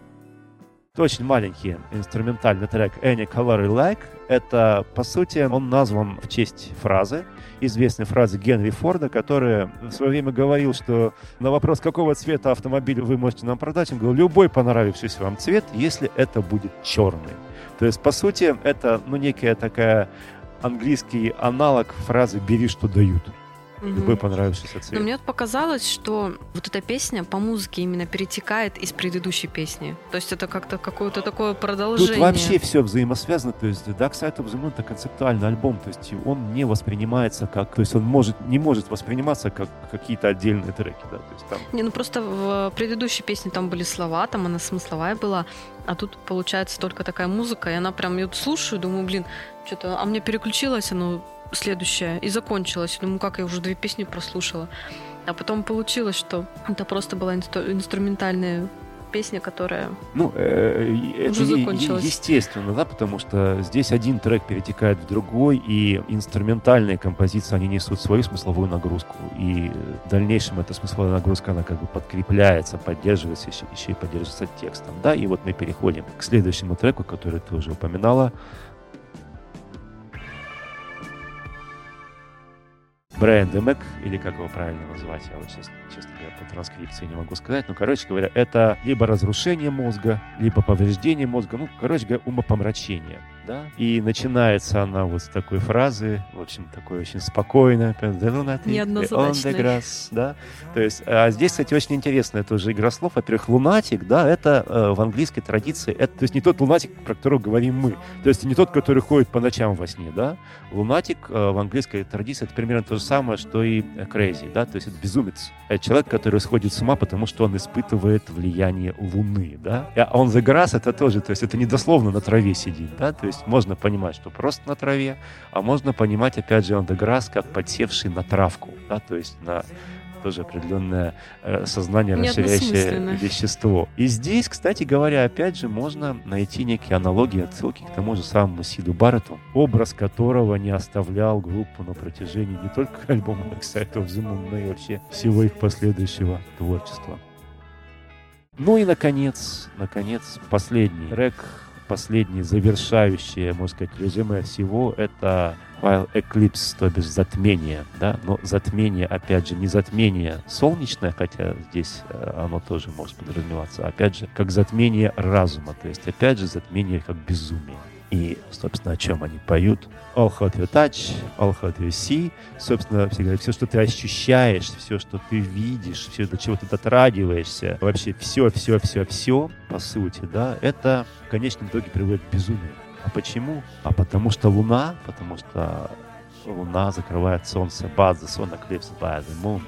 Это очень маленький инструментальный трек «Any Color You Like». Это, по сути, он назван в честь фразы, известной фразы Генри Форда, который в свое время говорил, что на вопрос, какого цвета автомобиль вы можете нам продать, он говорил: любой понравившийся вам цвет, если это будет черный. То есть, по сути, это, ну, некая такая английский аналог фразы «бери, что дают». Мгм. любой понравившийся Но цвет. мне вот показалось, что вот эта песня по музыке именно перетекает из предыдущей песни. То есть это как-то какое-то такое продолжение. Тут вообще все взаимосвязано, то есть Dark Side of the Moon — это концептуальный альбом, то есть он не воспринимается как, то есть он может, не может восприниматься как какие-то отдельные треки, да, то есть там... Не, ну просто в предыдущей песне там были слова, там она смысловая была, а тут получается только такая музыка, и она прям, я вот слушаю, думаю, блин, что-то, а мне переключилось оно следующее и закончилось. Думаю, как я уже две песни прослушала. А потом получилось, что это просто была инстру- инструментальная песня, которая Ну, э, это уже е- закончилась. е- естественно, да, потому что здесь один трек перетекает в другой, и инструментальные композиции, они несут свою смысловую нагрузку, и в дальнейшем эта смысловая нагрузка, она как бы подкрепляется, поддерживается, еще, еще и поддерживается текстом, да, и вот мы переходим к следующему треку, который ты уже упоминала. Брайан Демек, или как его правильно называть, я вот сейчас, честно говоря, по транскрипции не могу сказать, но, короче говоря, это либо разрушение мозга, либо повреждение мозга, ну, короче говоря, умопомрачение, да, и начинается она вот с такой фразы, в общем, такой очень спокойно, Неоднозначной. да, то есть, а здесь, кстати, очень интересная тоже игра слов, во-первых, лунатик, да, это э, в английской традиции, это, то есть не тот лунатик, про которого говорим мы, то есть не тот, который ходит по ночам во сне, да, лунатик э, в английской традиции это примерно то же самое, что и crazy, да, то есть это безумец. Это человек, который сходит с ума, потому что он испытывает влияние Луны, да. А on the grass это тоже, то есть это не дословно на траве сидит, да, то есть можно понимать, что просто на траве, а можно понимать, опять же, on the grass как подсевший на травку, да, то есть на тоже определенное э, сознание расширяющее Неодносмысленно. вещество. И здесь, кстати говоря, опять же, можно найти некие аналогии, отсылки к тому же самому Сиду Барретту, образ которого не оставлял группу на протяжении не только альбома Dark Side of the Moon, но и вообще всего их последующего творчества. Ну и, наконец, наконец, последний трек, последний завершающий, можно сказать, резюме всего, это While Eclipse, то бишь затмение, да, но затмение, опять же, не затмение солнечное, хотя здесь э, оно тоже может подразумеваться, а опять же, как затмение разума, то есть, опять же, затмение как безумие. И, собственно, о чем они поют? All that you touch, all that you see. Собственно, все говорят, все, что ты ощущаешь, все, что ты видишь, все, до чего ты дотрагиваешься, вообще все, все, все, все, по сути, да, это в конечном итоге приводит к безумию. А почему? А потому что Луна, потому что Луна закрывает Солнце, but the sun eclipsed by the moon.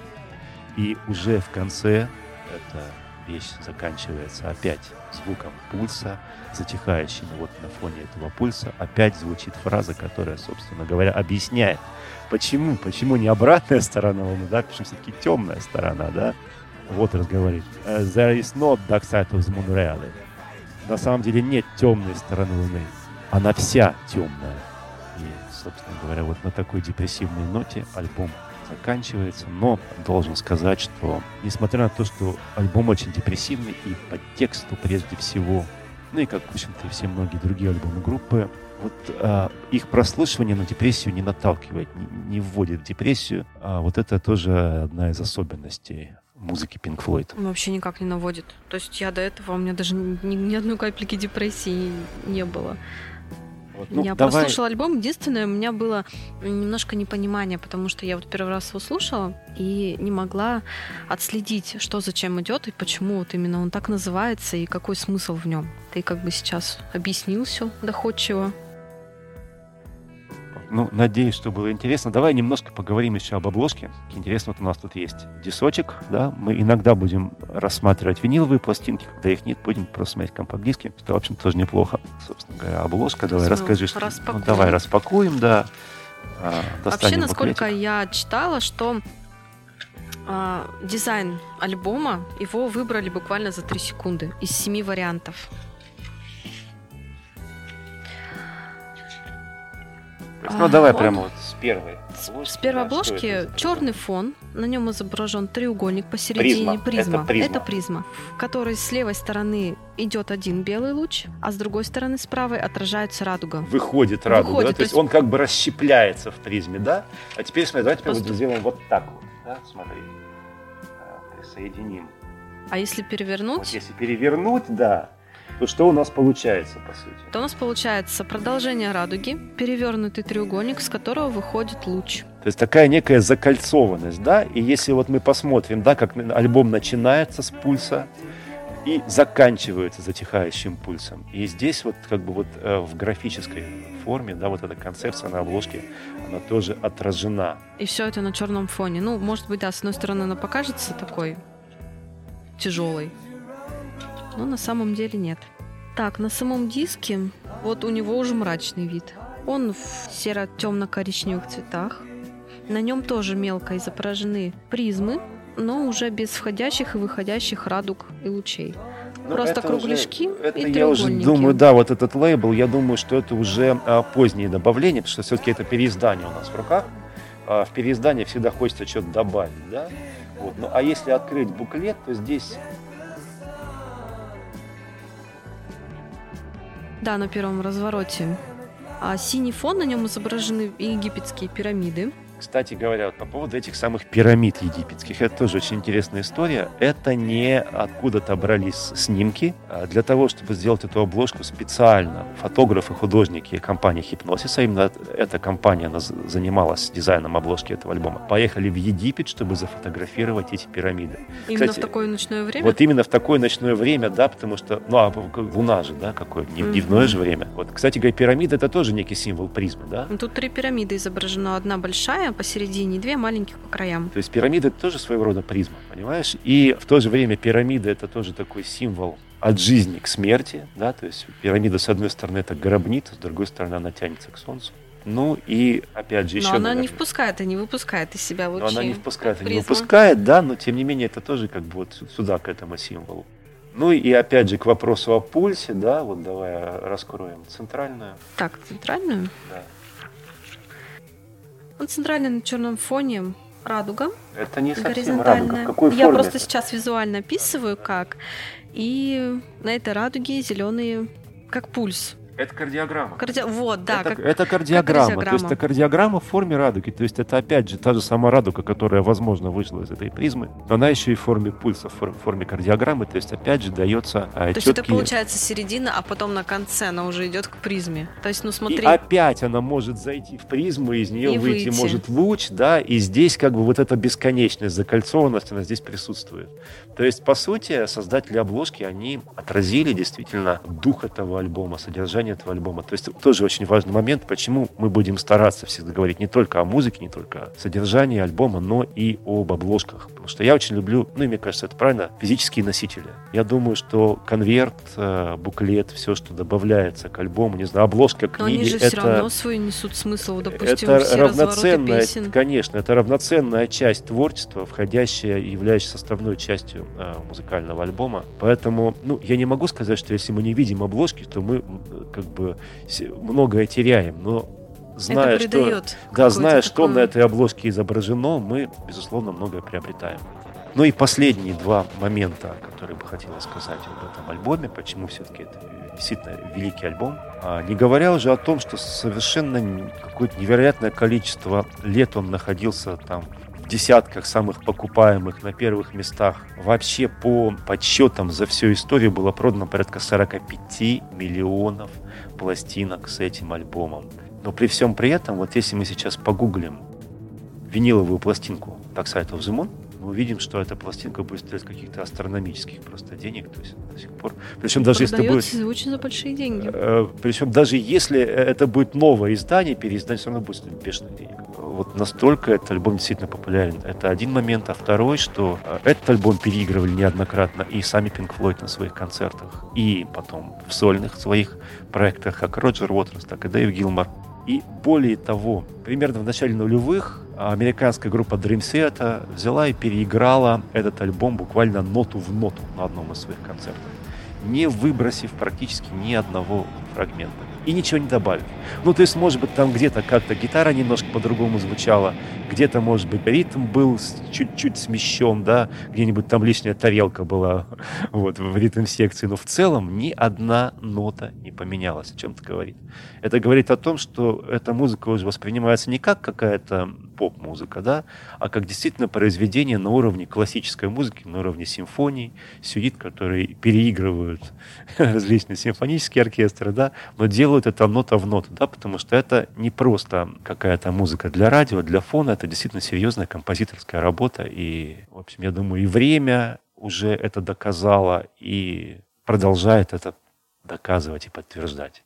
И уже в конце эта вещь заканчивается опять звуком пульса, затихающим. Вот на фоне этого пульса опять звучит фраза, которая, собственно говоря, объясняет, почему, почему не обратная сторона Луны, да, почему все-таки темная сторона, да. Вот разговаривает. There is no dark side of the moon really. На самом деле нет темной стороны Луны. Она вся темная. И, собственно говоря, вот на такой депрессивной ноте альбом заканчивается, но должен сказать, что несмотря на то, что альбом очень депрессивный и по тексту прежде всего, ну и как, в общем-то, и все многие другие альбомы группы, вот а, их прослушивание на депрессию не наталкивает, не, не вводит в депрессию, а вот это тоже одна из особенностей музыки Pink Floyd. Вообще никак не наводит. То есть я до этого, у меня даже ни, ни одной капельки депрессии не было. Вот, ну, я давай... прослушала альбом. Единственное, у меня было немножко непонимание, потому что я вот первый раз его слушала и не могла отследить, что зачем идет и почему вот именно он так называется и какой смысл в нем. Ты как бы сейчас объяснил все доходчиво. Ну, надеюсь, что было интересно. Давай немножко поговорим еще об обложке. Интересно, вот у нас тут есть дисочек, да, мы иногда будем рассматривать виниловые пластинки, когда их нет, будем просто смотреть компакт-диски, что, в общем, тоже неплохо. Собственно говоря, обложка, давай Мы расскажи, что... распакуем. Ну, давай распакуем, да. А, Вообще, насколько буклетик. я читала, что а, дизайн альбома, его выбрали буквально за три секунды из семи вариантов. Ну, давай Он- прямо вот с первой. С, обложки, с первой да, что обложки это за черный фон, на нем изображен треугольник посередине, Призма. призма. Это призма. Это призма, в которой с левой стороны идет один белый луч, а с другой стороны, с правой, отражается радуга. Выходит радуга, Выходит, да? то То есть есть- он как бы расщепляется в призме, да? А теперь, смотри, давайте Просто- вот сделаем вот так вот, да? Смотри. А, присоединим. А если перевернуть, Вот если перевернуть, да, То что у нас получается, по сути? То у нас получается продолжение радуги, перевернутый треугольник, с которого выходит луч. То есть такая некая закольцованность, да? И если вот мы посмотрим, да, как альбом начинается с пульса и заканчивается затихающим пульсом. И здесь вот как бы вот э, в графической форме, да, вот эта концепция на обложке, она тоже отражена. И все это на черном фоне. Ну, может быть, да, с одной стороны, она покажется такой тяжелой, но на самом деле нет. Так, на самом диске вот у него уже мрачный вид. Он в серо-темно-коричневых цветах. На нем тоже мелко изображены призмы, но уже без входящих и выходящих радуг и лучей. Ну, просто кругляшки уже, это и я уже думаю, да, вот этот лейбл, я думаю, что это уже а, поздние добавления, потому что все-таки это переиздание у нас в руках. А в переиздании всегда хочется что-то добавить, да? Вот. Ну, а если открыть буклет, то здесь... Да, на первом развороте. А синий фон, на нем изображены египетские пирамиды. Кстати говоря, вот по поводу этих самых пирамид египетских, это тоже очень интересная история. Это не откуда-то брались снимки. Для того, чтобы сделать эту обложку специально, фотографы, художники компании Hipgnosis, а именно эта компания, она занималась дизайном обложки этого альбома, поехали в Египет, чтобы зафотографировать эти пирамиды. Именно Кстати, в такое ночное время? Вот именно в такое ночное время, да, потому что, ну, а луна же, да, какое, не в дневное mm-hmm. же время. Вот, кстати говоря, пирамида — это тоже некий символ призмы, да? Тут три пирамиды изображено, одна большая посередине, две маленьких по краям. То есть пирамида — это тоже своего рода призма, понимаешь? И в то же время пирамида — это тоже такой символ от жизни к смерти, да, то есть пирамида, с одной стороны, это гробница, с другой стороны, она тянется к солнцу. Ну и, опять же, еще... Но она наверное, не впускает и не выпускает из себя лучи. Но она не впускает и не призма. выпускает, да, но тем не менее это тоже как бы вот сюда, к этому символу. Ну и опять же к вопросу о пульсе, да, вот давай раскроем центральную. Так, центральную? Да. Ну, центральная на черном фоне радуга. Это не совсем радуга. В какой форме? Я просто это? сейчас визуально описываю, как. И на этой радуге зеленые, как пульс. Это кардиограмма. Карди... Вот, да. Это, как, это кардиограмма. Как то есть это кардиограмма в форме радуги. То есть это опять же та же самая радуга, которая, возможно, вышла из этой призмы. Но она еще и в форме пульса, в форме кардиограммы. То есть опять же дается То четкие... есть это получается середина, а потом на конце она уже идет к призме. То есть, ну смотри. И опять она может зайти в призму, из нее и выйти, выйти. может луч, да, и здесь как бы вот эта бесконечность, закольцованность, она здесь присутствует. То есть, по сути, создатели обложки, они отразили действительно дух этого альбома, содержание этого альбома. То есть тоже очень важный момент, почему мы будем стараться всегда говорить не только о музыке, не только о содержании альбома, но и об обложках. Потому что я очень люблю, ну и мне кажется, это правильно, физические носители. Я думаю, что конверт, буклет, все, что добавляется к альбому, не знаю, обложка книги... Но они же это, все равно свой несут смысл, допустим, это все равноценная, песен. Конечно, это равноценная часть творчества, входящая и являющаяся составной частью э, музыкального альбома. Поэтому, ну, я не могу сказать, что если мы не видим обложки, то мы как бы многое теряем, но зная, это что, да, зная, что на этой обложке изображено, мы, безусловно, многое приобретаем. Ну и последние два момента, которые бы хотелось сказать об этом альбоме, почему все-таки это действительно великий альбом. А, не говоря уже о том, что совершенно какое-то невероятное количество лет он находился там в десятках самых покупаемых, на первых местах. Вообще по подсчетам за всю историю было продано порядка сорок пять миллионов пластинок с этим альбомом. Но при всем при этом, вот если мы сейчас погуглим виниловую пластинку Dark Side of the Moon, мы увидим, что эта пластинка будет стоить каких-то астрономических просто денег, то есть до сих пор. Причем даже если это будет очень за большие деньги. Э, причем даже если это будет новое издание, переиздание все равно будет стоить бешеных денег. Вот настолько этот альбом действительно популярен. Это один момент. А второй, что этот альбом переигрывали неоднократно и сами Pink Floyd на своих концертах, и потом в сольных своих проектах, как Роджер Уотерс, так и Дэйв Гилмор. И более того, примерно в начале нулевых американская группа Dream Theater взяла и переиграла этот альбом буквально ноту в ноту на одном из своих концертов, не выбросив практически ни одного фрагментах. И ничего не добавив. Ну, то есть, может быть, там где-то как-то гитара немножко по-другому звучала, где-то, может быть, ритм был чуть-чуть смещен, да, где-нибудь там лишняя тарелка была вот, в ритм-секции, но в целом ни одна нота не поменялась. О чем это говорит? Это говорит о том, что эта музыка уже воспринимается не как какая-то поп-музыка, да, а как действительно произведение на уровне классической музыки, на уровне симфоний, сюит, которые переигрывают различные симфонические оркестры, да, но делают это нота в ноту, да, потому что это не просто какая-то музыка для радио, для фона, это действительно серьезная композиторская работа, и, в общем, я думаю, и время уже это доказало, и продолжает это доказывать и подтверждать.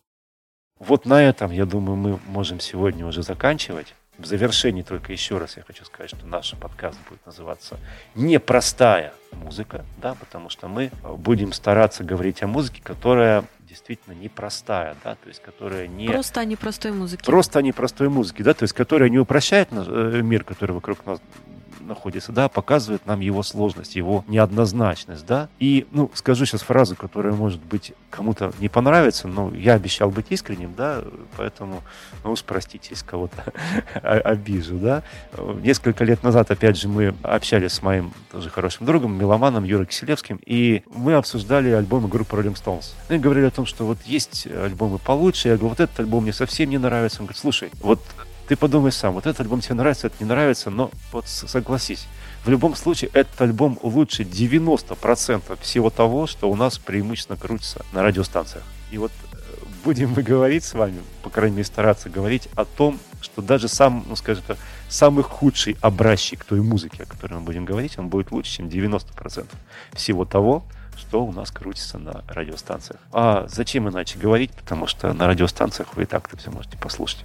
Вот на этом, я думаю, мы можем сегодня уже заканчивать. В завершении только еще раз я хочу сказать, что наш подкаст будет называться «Непростая музыка», да, потому что мы будем стараться говорить о музыке, которая действительно непростая, да, то есть которая не... Просто о непростой музыке. Просто о непростой музыке, да, то есть которая не упрощает мир, который вокруг нас находится, да, показывает нам его сложность, его неоднозначность, да. И, ну, скажу сейчас фразу, которая, может быть, кому-то не понравится, но я обещал быть искренним, да, поэтому, ну, уж простите, если кого-то обижу, да. Несколько лет назад, опять же, мы общались с моим тоже хорошим другом, меломаном Юрой Киселевским, и мы обсуждали альбомы группы Rolling Stones. Мы говорили о том, что вот есть альбомы получше, я говорю, вот этот альбом мне совсем не нравится. Он говорит, слушай, вот ты подумай сам, вот этот альбом тебе нравится, это не нравится, но вот согласись, в любом случае этот альбом лучше девяносто процентов всего того, что у нас преимущественно крутится на радиостанциях. И вот будем мы говорить с вами, по крайней мере стараться говорить о том, что даже сам, ну скажем так, самый худший образчик той музыки, о которой мы будем говорить, он будет лучше, чем девяносто процентов всего того, что у нас крутится на радиостанциях. А зачем иначе говорить, потому что на радиостанциях вы и так-то все можете послушать.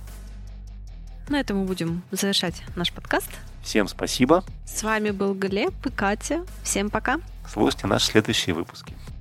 На этом мы будем завершать наш подкаст. Всем спасибо. С вами был Глеб и Катя. Всем пока. Слушайте наши следующие выпуски.